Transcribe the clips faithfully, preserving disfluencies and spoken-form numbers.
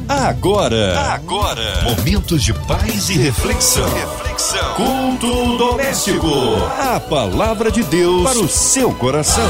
Agora, agora, momentos de paz e reflexão. reflexão. Culto doméstico. A palavra de Deus para o seu coração.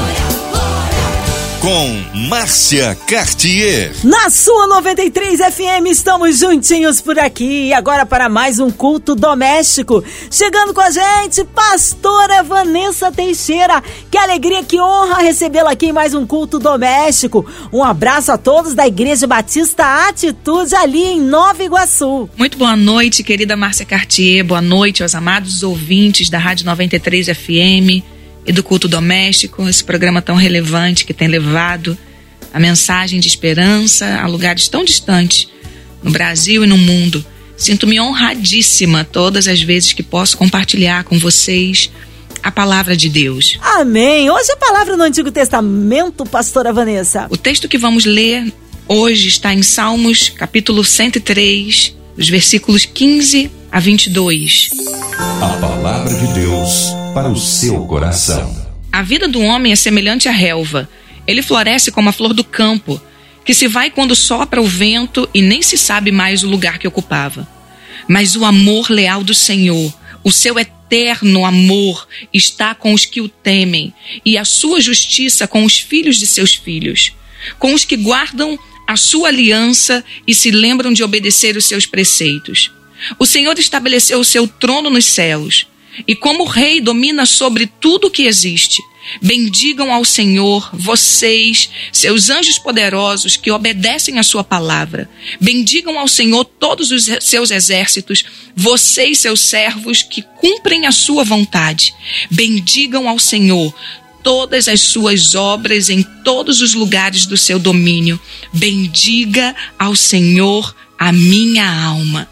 Com Márcia Cartier. Na sua noventa e três F M, estamos juntinhos por aqui. E agora para mais um culto doméstico. Chegando com a gente, pastora Vanessa Teixeira. Que alegria, que honra recebê-la aqui em mais um culto doméstico. Um abraço a todos da Igreja Batista Atitude, ali em Nova Iguaçu. Muito boa noite, querida Márcia Cartier. Boa noite aos amados ouvintes da Rádio noventa e três F M. E do culto doméstico, esse programa tão relevante que tem levado a mensagem de esperança a lugares tão distantes no Brasil e no mundo. Sinto-me honradíssima todas as vezes que posso compartilhar com vocês a palavra de Deus. Amém! Hoje a palavra no Antigo Testamento, pastora Vanessa. O texto que vamos ler hoje está em Salmos, capítulo cento e três, os versículos quinze a vinte e dois. A palavra de Deus para o seu coração. A vida do homem é semelhante à relva. Ele floresce como a flor do campo, que se vai quando sopra o vento e nem se sabe mais o lugar que ocupava. Mas o amor leal do Senhor, o seu eterno amor, está com os que o temem, e a sua justiça com os filhos de seus filhos, com os que guardam a sua aliança e se lembram de obedecer os seus preceitos. O Senhor estabeleceu o seu trono nos céus, e como rei domina sobre tudo o que existe. Bendigam ao Senhor, vocês, seus anjos poderosos que obedecem à sua palavra. Bendigam ao Senhor todos os seus exércitos, vocês, seus servos que cumprem a sua vontade. Bendigam ao Senhor todas as suas obras em todos os lugares do seu domínio. Bendiga ao Senhor a minha alma.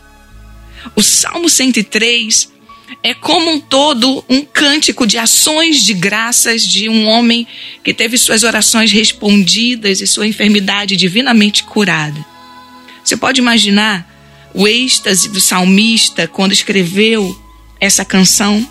O Salmo cento e três é como um todo um cântico de ações de graças de um homem que teve suas orações respondidas e sua enfermidade divinamente curada. Você pode imaginar o êxtase do salmista quando escreveu essa canção?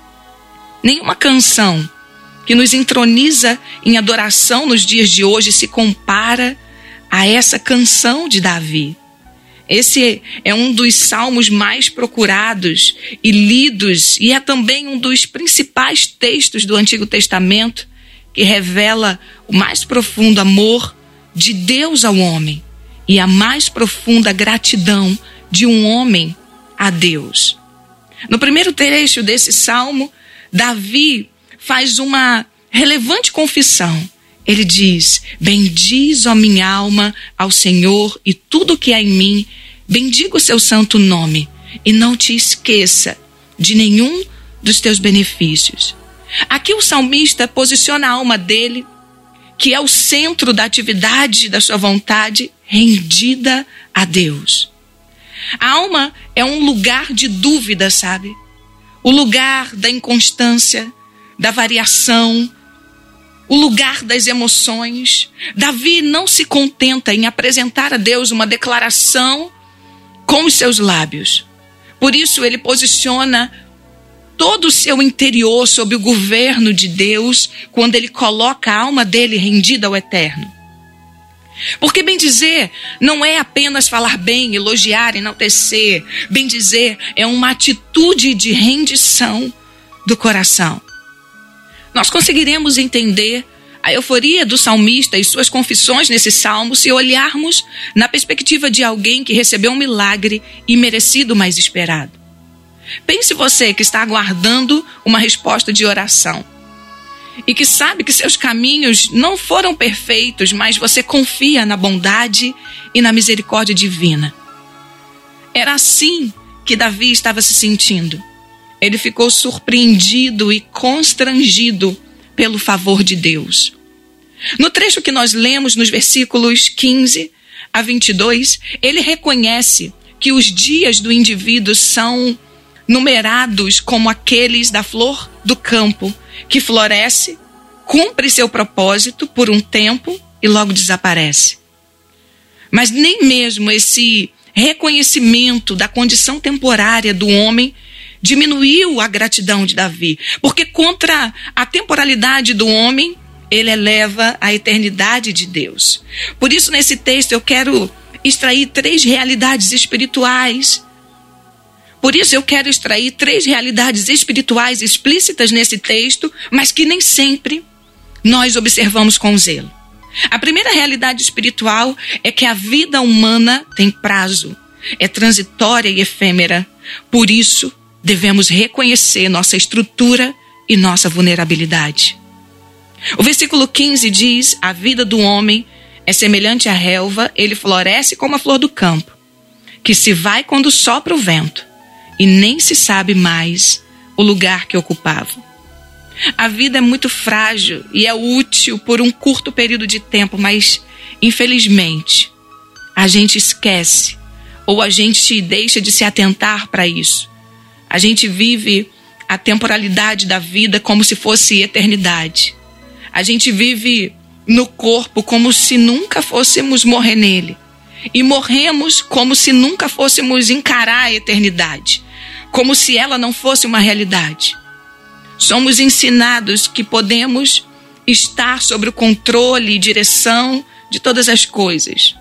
Nenhuma canção que nos entroniza em adoração nos dias de hoje se compara a essa canção de Davi. Esse é um dos salmos mais procurados e lidos, e é também um dos principais textos do Antigo Testamento que revela o mais profundo amor de Deus ao homem e a mais profunda gratidão de um homem a Deus. No primeiro trecho desse salmo, Davi faz uma relevante confissão. Ele diz: bendiz, ó minha alma, ao Senhor e tudo que há em mim, bendiga o seu santo nome e não te esqueça de nenhum dos teus benefícios. Aqui o salmista posiciona a alma dele, que é o centro da atividade da sua vontade, rendida a Deus. A alma é um lugar de dúvida, sabe? O lugar da inconstância, da variação, o lugar das emoções. Davi não se contenta em apresentar a Deus uma declaração com os seus lábios. Por isso ele posiciona todo o seu interior sob o governo de Deus quando ele coloca a alma dele rendida ao Eterno. Porque bendizer não é apenas falar bem, elogiar, enaltecer. Bendizer é uma atitude de rendição do coração. Nós conseguiremos entender a euforia do salmista e suas confissões nesse salmo se olharmos na perspectiva de alguém que recebeu um milagre imerecido, mas esperado. Pense você que está aguardando uma resposta de oração e que sabe que seus caminhos não foram perfeitos, mas você confia na bondade e na misericórdia divina. Era assim que Davi estava se sentindo. Ele ficou surpreendido e constrangido pelo favor de Deus. No trecho que nós lemos, nos versículos quinze a vinte e dois, ele reconhece que os dias do indivíduo são numerados como aqueles da flor do campo, que floresce, cumpre seu propósito por um tempo e logo desaparece. Mas nem mesmo esse reconhecimento da condição temporária do homem diminuiu a gratidão de Davi, porque contra a temporalidade do homem, ele eleva a eternidade de Deus. Por isso, nesse texto, eu quero extrair três realidades espirituais. Por isso eu quero extrair três realidades espirituais explícitas nesse texto, mas que nem sempre nós observamos com zelo. A primeira realidade espiritual é que a vida humana tem prazo, é transitória e efêmera. Por isso, devemos reconhecer nossa estrutura e nossa vulnerabilidade. O versículo quinze diz: a vida do homem é semelhante à relva, ele floresce como a flor do campo, que se vai quando sopra o vento, e nem se sabe mais o lugar que ocupava. A vida é muito frágil e é útil por um curto período de tempo, mas, infelizmente, a gente esquece ou a gente deixa de se atentar para isso. A gente vive a temporalidade da vida como se fosse eternidade. A gente vive no corpo como se nunca fôssemos morrer nele. E morremos como se nunca fôssemos encarar a eternidade, como se ela não fosse uma realidade. Somos ensinados que podemos estar sob o controle e direção de todas as coisas.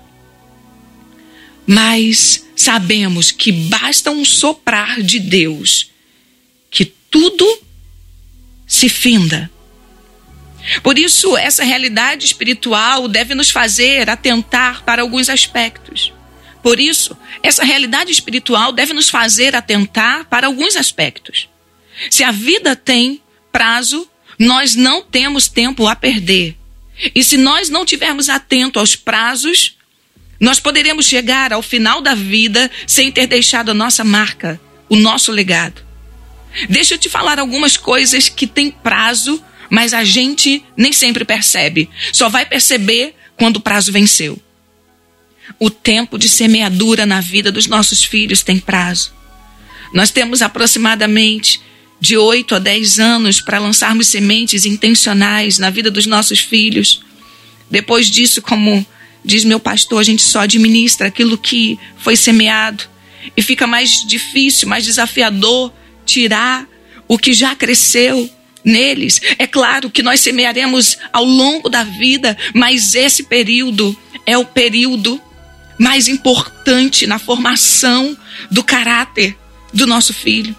Mas sabemos que basta um soprar de Deus, que tudo se finda. Por isso, essa realidade espiritual deve nos fazer atentar para alguns aspectos. Por isso, essa realidade espiritual deve nos fazer atentar para alguns aspectos. Se a vida tem prazo, nós não temos tempo a perder. E se nós não tivermos atento aos prazos, nós poderemos chegar ao final da vida sem ter deixado a nossa marca, o nosso legado. Deixa eu te falar algumas coisas que têm prazo, mas a gente nem sempre percebe. Só vai perceber quando o prazo venceu. O tempo de semeadura na vida dos nossos filhos tem prazo. Nós temos aproximadamente de oito a dez anos para lançarmos sementes intencionais na vida dos nossos filhos. Depois disso, como diz meu pastor, a gente só administra aquilo que foi semeado. E fica mais difícil, mais desafiador tirar o que já cresceu neles. É claro que nós semearemos ao longo da vida, mas esse período é o período mais importante na formação do caráter do nosso filho.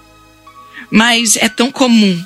Mas é tão comum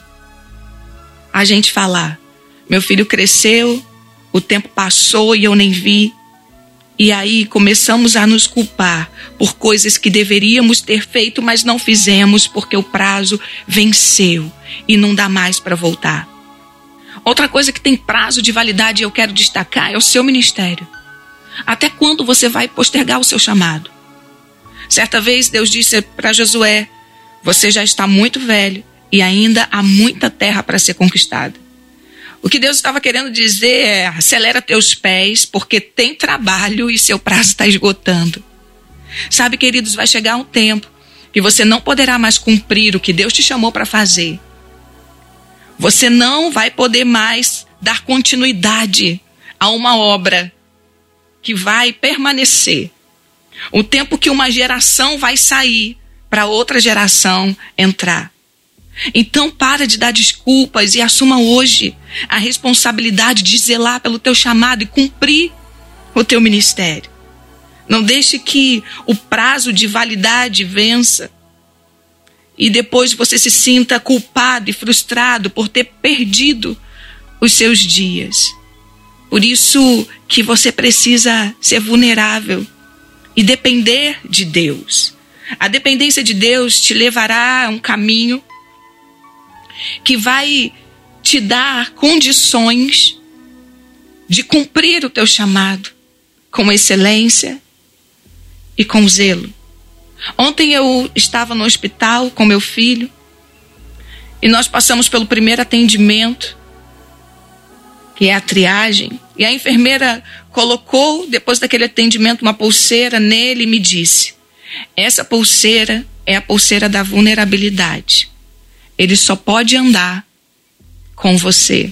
a gente falar: meu filho cresceu, o tempo passou e eu nem vi. E aí começamos a nos culpar por coisas que deveríamos ter feito, mas não fizemos porque o prazo venceu e não dá mais para voltar. Outra coisa que tem prazo de validade e eu quero destacar é o seu ministério. Até quando você vai postergar o seu chamado? Certa vez Deus disse para Josué: você já está muito velho e ainda há muita terra para ser conquistada. O que Deus estava querendo dizer é: acelera teus pés, porque tem trabalho e seu prazo está esgotando. Sabe, queridos, vai chegar um tempo que você não poderá mais cumprir o que Deus te chamou para fazer. Você não vai poder mais dar continuidade a uma obra que vai permanecer. O tempo que uma geração vai sair para outra geração entrar. Então para de dar desculpas e assuma hoje a responsabilidade de zelar pelo teu chamado e cumprir o teu ministério. Não deixe que o prazo de validade vença e depois você se sinta culpado e frustrado por ter perdido os seus dias. Por isso que você precisa ser vulnerável e depender de Deus. A dependência de Deus te levará a um caminho que vai te dar condições de cumprir o teu chamado com excelência e com zelo. Ontem eu estava no hospital com meu filho e nós passamos pelo primeiro atendimento, que é a triagem, e a enfermeira colocou, depois daquele atendimento, uma pulseira nele e me disse: essa pulseira é a pulseira da vulnerabilidade. Ele só pode andar com você.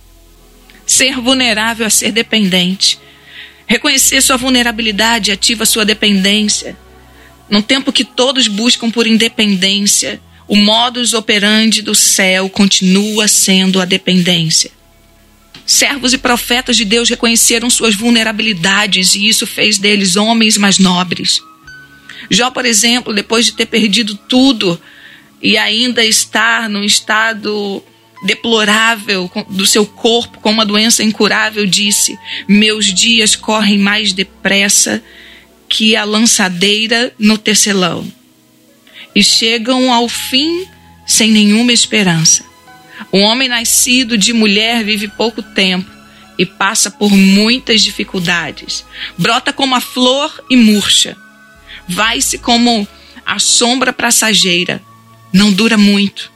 Ser vulnerável é ser dependente. Reconhecer sua vulnerabilidade ativa sua dependência. Num tempo que todos buscam por independência, o modus operandi do céu continua sendo a dependência. servos e profetas de Deus reconheceram suas vulnerabilidades e isso fez deles homens mais nobres. Jó, por exemplo, depois de ter perdido tudo e ainda estar num estado deplorável do seu corpo com uma doença incurável, disse: meus dias correm mais depressa que a lançadeira no tecelão e chegam ao fim sem nenhuma esperança. O homem nascido de mulher vive pouco tempo e passa por muitas dificuldades. Brota como a flor e murcha. Vai-se como a sombra passageira. Não dura muito.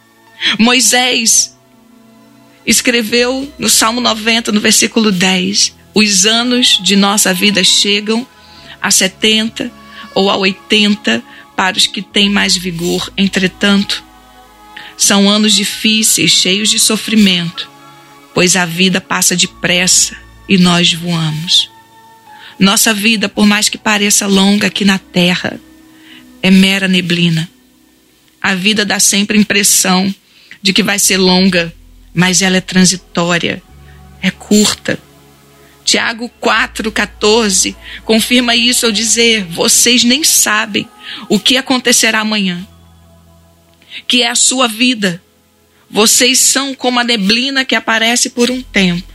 Moisés escreveu no Salmo noventa, no versículo dez: os anos de nossa vida chegam a setenta ou a oitenta para os que têm mais vigor. Entretanto, são anos difíceis, cheios de sofrimento, pois a vida passa depressa e nós voamos. Nossa vida, por mais que pareça longa aqui na terra, é mera neblina. A vida dá sempre a impressão de que vai ser longa, mas ela é transitória, é curta. Tiago quatro, quatorze confirma isso ao dizer: vocês nem sabem o que acontecerá amanhã, que é a sua vida. Vocês são como a neblina que aparece por um tempo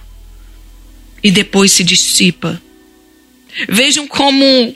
e depois se dissipa. Vejam como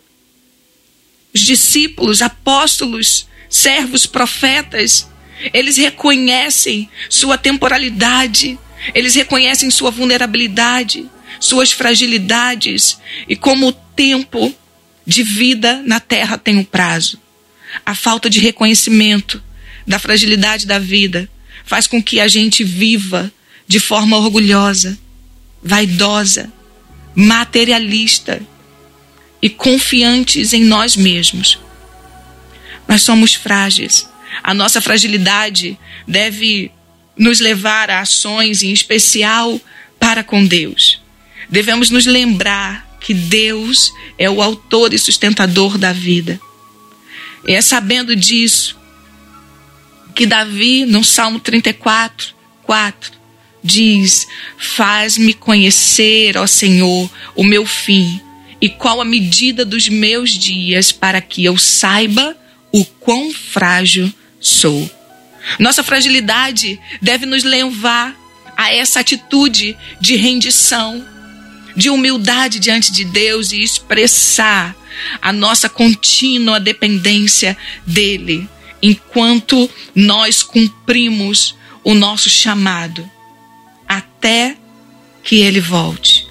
os discípulos, apóstolos, servos, profetas, eles reconhecem sua temporalidade, eles reconhecem sua vulnerabilidade, suas fragilidades e como o tempo de vida na terra tem um prazo. A falta de reconhecimento da fragilidade da vida faz com que a gente viva de forma orgulhosa, vaidosa, materialista e confiantes em nós mesmos. Nós somos frágeis. A nossa fragilidade deve nos levar a ações, em especial para com Deus. Devemos nos lembrar que Deus é o autor e sustentador da vida. E é sabendo disso que Davi, no Salmo trinta e quatro, quatro, diz: faz-me conhecer, ó Senhor, o meu fim e qual a medida dos meus dias, para que eu saiba o quão frágil sou. Nossa fragilidade deve nos levar a essa atitude de rendição, de humildade diante de Deus e expressar a nossa contínua dependência dele, enquanto nós cumprimos o nosso chamado, até que ele volte.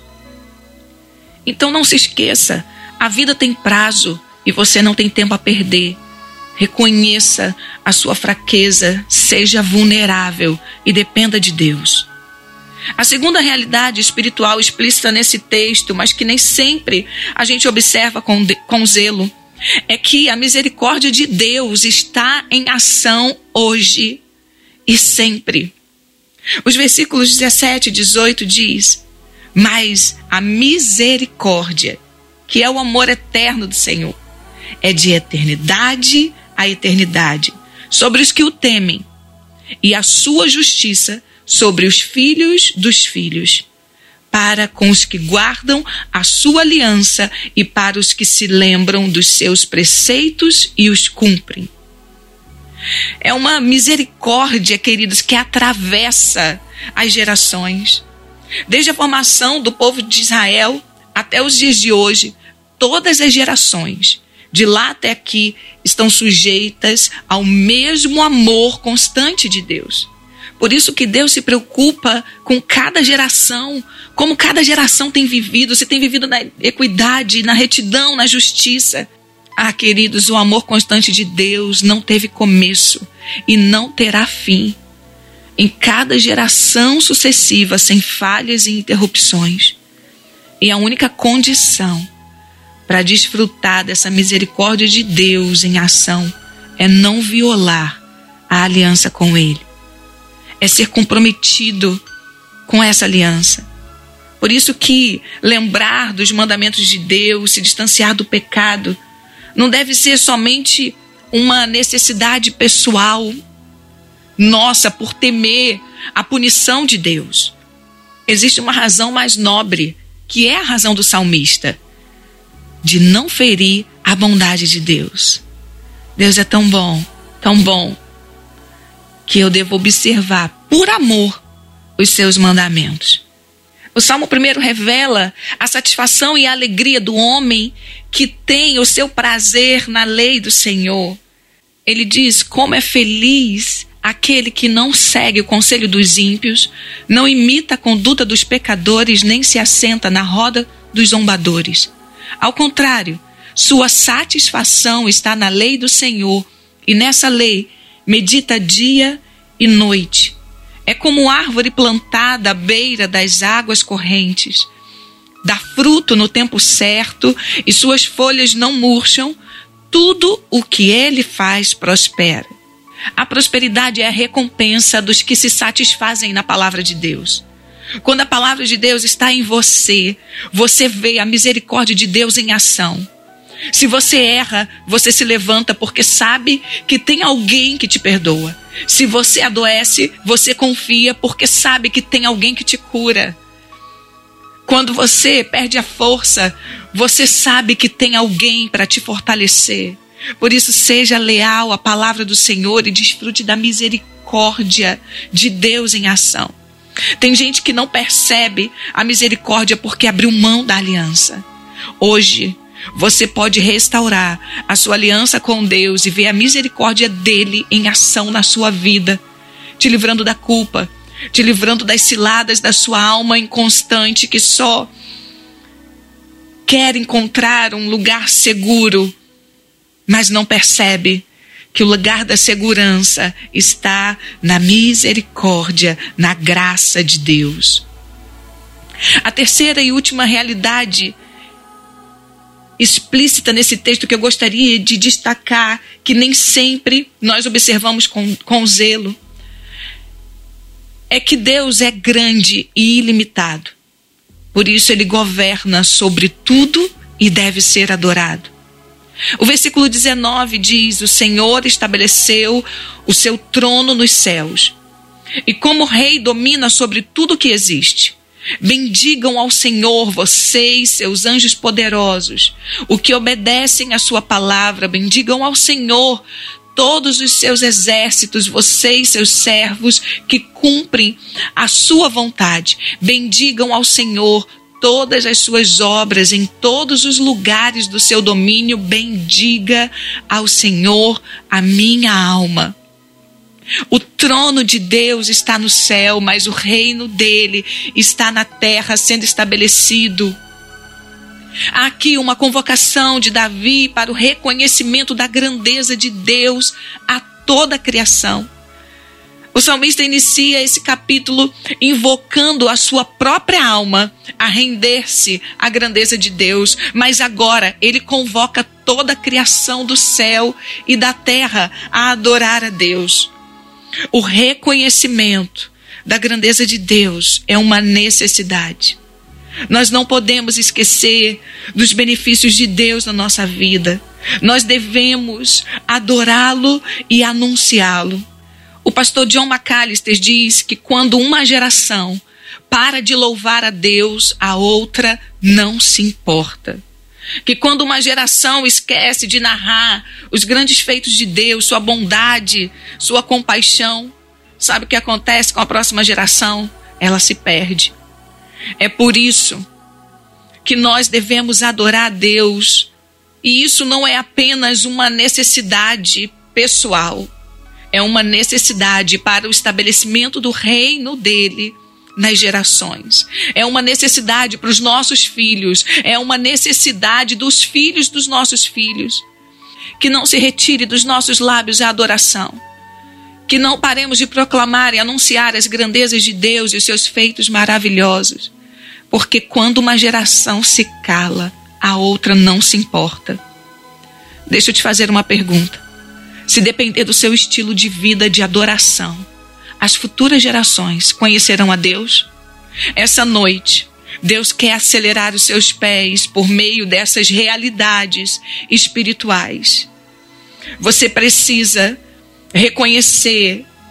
Então não se esqueça, a vida tem prazo e você não tem tempo a perder. Reconheça a sua fraqueza, seja vulnerável e dependa de Deus. A segunda realidade espiritual explícita nesse texto, mas que nem sempre a gente observa com, de, com zelo, é que a misericórdia de Deus está em ação hoje e sempre. Os versículos dezessete e dezoito diz: mas a misericórdia, que é o amor eterno do Senhor, é de eternidade a eternidade sobre os que o temem, e a sua justiça sobre os filhos dos filhos, para com os que guardam a sua aliança e para os que se lembram dos seus preceitos e os cumprem. É uma misericórdia, queridos, que atravessa as gerações. Desde a formação do povo de Israel até os dias de hoje, todas as gerações, de lá até aqui, estão sujeitas ao mesmo amor constante de Deus. Por isso que Deus se preocupa com cada geração, como cada geração tem vivido, se tem vivido na equidade, na retidão, na justiça. Ah, queridos, o amor constante de Deus não teve começo e não terá fim. Em cada geração sucessiva, sem falhas e interrupções. E a única condição para desfrutar dessa misericórdia de Deus em ação é não violar a aliança com Ele. É ser comprometido com essa aliança. Por isso que lembrar dos mandamentos de Deus, se distanciar do pecado, não deve ser somente uma necessidade pessoal nossa por temer a punição de Deus. existe uma razão mais nobre, que é a razão do salmista, de não ferir a bondade de Deus. Deus é tão bom, tão bom, que eu devo observar, por amor, os seus mandamentos. O Salmo primeiro revela a satisfação e a alegria do homem que tem o seu prazer na lei do Senhor. Ele diz como é feliz aquele que não segue o conselho dos ímpios, não imita a conduta dos pecadores, nem se assenta na roda dos zombadores. Ao contrário, sua satisfação está na lei do Senhor, e nessa lei medita dia e noite. É como árvore plantada à beira das águas correntes. Dá fruto no tempo certo e suas folhas não murcham. Tudo o que ele faz prospera. A prosperidade é a recompensa dos que se satisfazem na palavra de Deus. Quando a palavra de Deus está em você, você vê a misericórdia de Deus em ação. Se você erra, você se levanta porque sabe que tem alguém que te perdoa. Se você adoece, você confia porque sabe que tem alguém que te cura. Quando você perde a força, você sabe que tem alguém para te fortalecer. Por isso, seja leal à palavra do Senhor e desfrute da misericórdia de Deus em ação. Tem gente que não percebe a misericórdia porque abriu mão da aliança. Hoje, você pode restaurar a sua aliança com Deus e ver a misericórdia dele em ação na sua vida, te livrando da culpa, te livrando das ciladas da sua alma inconstante que só quer encontrar um lugar seguro, mas não percebe que o lugar da segurança está na misericórdia, na graça de Deus. A terceira e última realidade explícita nesse texto que eu gostaria de destacar, que nem sempre nós observamos com, com zelo, é que Deus é grande e ilimitado. Por isso ele governa sobre tudo e deve ser adorado. O versículo dezenove diz: o Senhor estabeleceu o seu trono nos céus e como rei domina sobre tudo que existe. Bendigam ao Senhor, vocês, seus anjos poderosos, o que obedecem à sua palavra. Bendigam ao Senhor todos os seus exércitos, vocês, seus servos, que cumprem a sua vontade. Bendigam ao Senhor todas as suas obras em todos os lugares do seu domínio. Bendiga ao Senhor a minha alma. O trono de Deus está no céu, mas o reino dele está na terra sendo estabelecido. Há aqui uma convocação de Davi para o reconhecimento da grandeza de Deus a toda a criação. O salmista inicia esse capítulo invocando a sua própria alma a render-se à grandeza de Deus, mas agora ele convoca toda a criação do céu e da terra a adorar a Deus. O reconhecimento da grandeza de Deus é uma necessidade. Nós não podemos esquecer dos benefícios de Deus na nossa vida. Nós devemos adorá-lo e anunciá-lo. O pastor John MacAllister diz que quando uma geração para de louvar a Deus, a outra não se importa. Que quando uma geração esquece de narrar os grandes feitos de Deus, sua bondade, sua compaixão, sabe o que acontece com a próxima geração? Ela se perde. É por isso que nós devemos adorar a Deus. E isso não é apenas uma necessidade pessoal. É uma necessidade para o estabelecimento do reino dele nas gerações. É uma necessidade para os nossos filhos. É uma necessidade dos filhos dos nossos filhos. Que não se retire dos nossos lábios a adoração. Que não paremos de proclamar e anunciar as grandezas de Deus e os seus feitos maravilhosos. Porque quando uma geração se cala, a outra não se importa. Deixa eu te fazer uma pergunta. Se depender do seu estilo de vida de adoração, as futuras gerações conhecerão a Deus? Essa noite, Deus quer acelerar os seus pés por meio dessas realidades espirituais. Você precisa reconhecer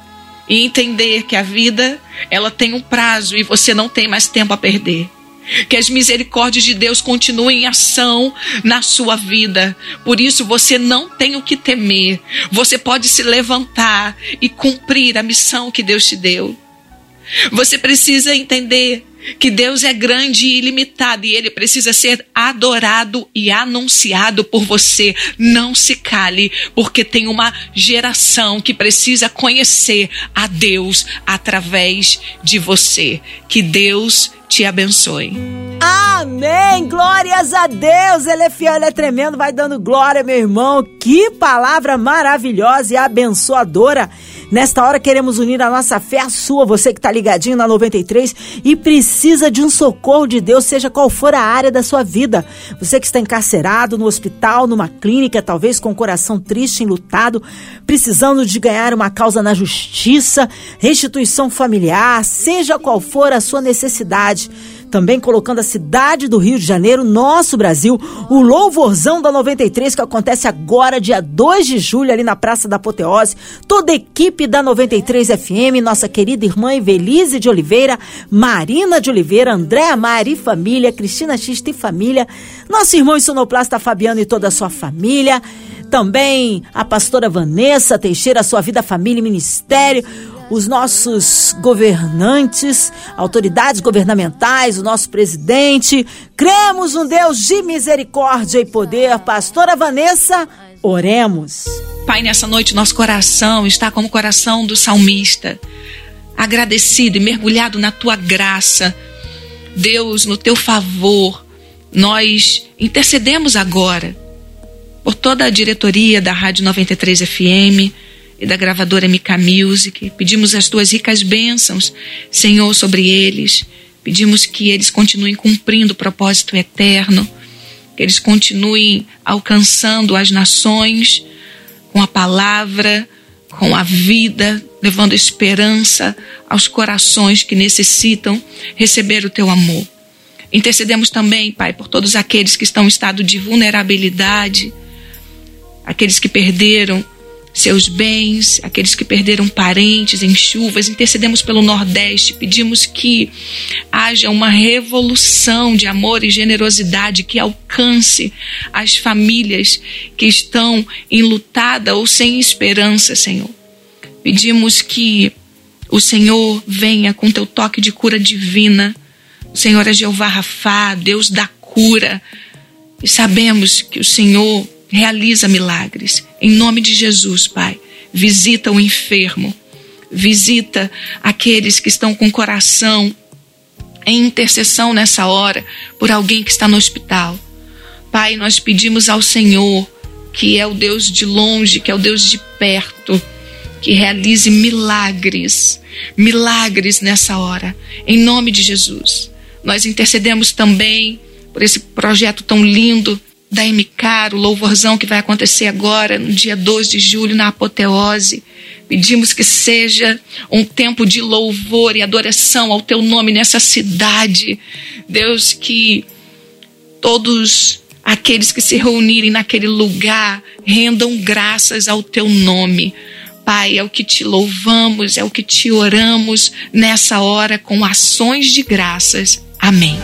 e entender que a vida, ela tem um prazo e você não tem mais tempo a perder. Que as misericórdias de Deus continuem em ação na sua vida. Por isso você não tem o que temer. Você pode se levantar e cumprir a missão que Deus te deu. Você precisa entender que Deus é grande e ilimitado e Ele precisa ser adorado e anunciado por você. Não se cale, porque tem uma geração que precisa conhecer a Deus através de você. Que Deus te abençoe. Amém, glórias a Deus. Ele é fiel, ele é tremendo, vai dando glória, meu irmão. Que palavra maravilhosa e abençoadora. Nesta hora queremos unir a nossa fé à sua, você que está ligadinho na noventa e três e precisa de um socorro de Deus, seja qual for a área da sua vida. Você que está encarcerado no hospital, numa clínica, talvez com o coração triste, enlutado, precisando de ganhar uma causa na justiça, restituição familiar, seja qual for a sua necessidade. Também colocando a cidade do Rio de Janeiro, nosso Brasil, o louvorzão da noventa e três, que acontece agora, dia dois de julho, ali na Praça da Apoteose. Toda a equipe da noventa e três F M, nossa querida irmã Evelise de Oliveira, Marina de Oliveira, Andréa Mari e família, Cristina Xista e família, nosso irmão sonoplasta Fabiano e toda a sua família, também a pastora Vanessa Teixeira, sua vida, família e ministério, os nossos governantes, autoridades governamentais, o nosso presidente. Cremos um Deus de misericórdia e poder. Pastora Vanessa, oremos. Pai, nessa noite nosso coração está como o coração do salmista, agradecido e mergulhado na tua graça. Deus, no teu favor, nós intercedemos agora por toda a diretoria da Rádio noventa e três F M e da gravadora M K Music. Pedimos as tuas ricas bênçãos, Senhor, sobre eles. Pedimos que eles continuem cumprindo o propósito eterno, que eles continuem alcançando as nações com a palavra, com a vida, levando esperança aos corações que necessitam receber o teu amor. Intercedemos também, Pai, por todos aqueles que estão em estado de vulnerabilidade, aqueles que perderam seus bens, aqueles que perderam parentes em chuvas. Intercedemos pelo Nordeste, pedimos que haja uma revolução de amor e generosidade que alcance as famílias que estão enlutadas ou sem esperança, Senhor. Pedimos que o Senhor venha com teu toque de cura divina. O Senhor é Jeová Rafá, Deus da cura, e sabemos que o Senhor realiza milagres. Em nome de Jesus, Pai, visita o enfermo, visita aqueles que estão com o coração em intercessão nessa hora por alguém que está no hospital. Pai, nós pedimos ao Senhor, que é o Deus de longe, que é o Deus de perto, que realize milagres, milagres nessa hora, em nome de Jesus. Nós intercedemos também por esse projeto tão lindo da M K, o louvorzão que vai acontecer agora, no dia dois de julho, na Apoteose. Pedimos que seja um tempo de louvor e adoração ao teu nome nessa cidade. Deus, que todos aqueles que se reunirem naquele lugar rendam graças ao teu nome. Pai, é o que te louvamos, é o que te oramos nessa hora com ações de graças. Amém.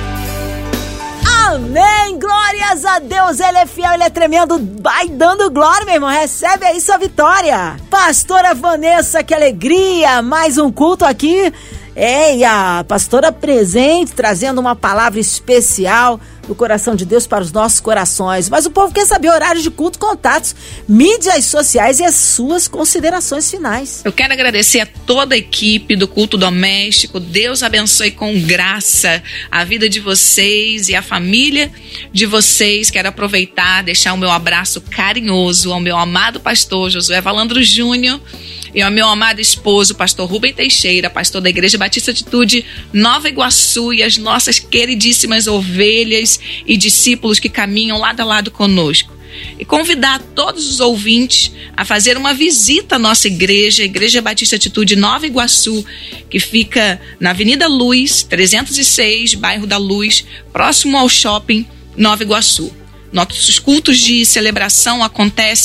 Amém, glórias a Deus, Ele é fiel, Ele é tremendo, vai dando glória, meu irmão, recebe aí sua vitória. Pastora Vanessa, que alegria, mais um culto aqui, é, e a pastora presente, trazendo uma palavra especial do coração de Deus para os nossos corações. Mas o povo quer saber horários de culto, contatos, mídias sociais e as suas considerações finais. Eu quero agradecer a toda a equipe do Culto Doméstico. Deus abençoe com graça a vida de vocês e a família de vocês. Quero aproveitar, deixar o meu abraço carinhoso ao meu amado pastor Josué Valandro Júnior e ao meu amado esposo, pastor Rubem Teixeira, pastor da Igreja Batista Atitude Nova Iguaçu, e as nossas queridíssimas ovelhas e discípulos que caminham lado a lado conosco. E convidar todos os ouvintes a fazer uma visita à nossa igreja, a Igreja Batista Atitude Nova Iguaçu, que fica na Avenida Luz, trezentos e seis, bairro da Luz, próximo ao Shopping Nova Iguaçu. Nossos cultos de celebração acontecem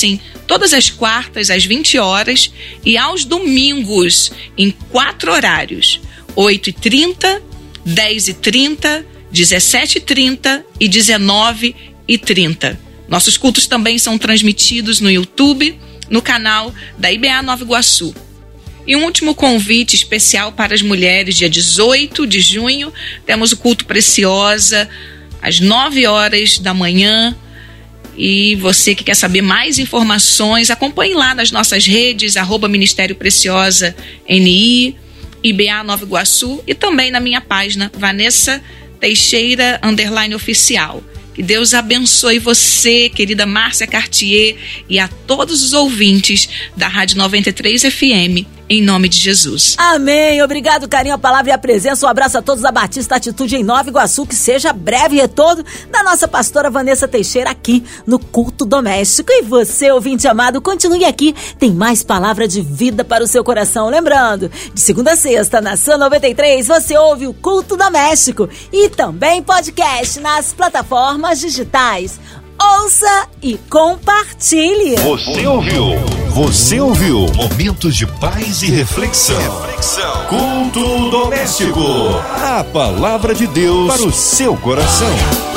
todas as quartas às vinte horas e aos domingos em quatro horários: oito e trinta, dez e trinta, dezessete e trinta e dezenove e trinta. Nossos cultos também são transmitidos no YouTube, no canal da I B A Nova Iguaçu. E um último convite especial para as mulheres: dia dezoito de junho, temos o culto Preciosa, às nove horas da manhã. E você que quer saber mais informações, acompanhe lá nas nossas redes, arroba Ministério Preciosa N I, I B A Nova Iguaçu, e também na minha página, Vanessa Teixeira, underline oficial. Que Deus abençoe você, querida Márcia Cartier, e a todos os ouvintes da Rádio noventa e três F M, em nome de Jesus. Amém. Obrigado, carinho, a palavra e a presença. Um abraço a todos da Batista Atitude em Nova Iguaçu. Que seja breve retorno da nossa pastora Vanessa Teixeira aqui no Culto Doméstico. E você, ouvinte amado, continue aqui. Tem mais palavra de vida para o seu coração. Lembrando, de segunda a sexta, na Sã noventa e três, você ouve o Culto Doméstico e também podcast nas plataformas digitais. Ouça e compartilhe. Você ouviu? Você ouviu? Momentos de paz e reflexão. Reflexão. Culto doméstico. A palavra de Deus para o seu coração.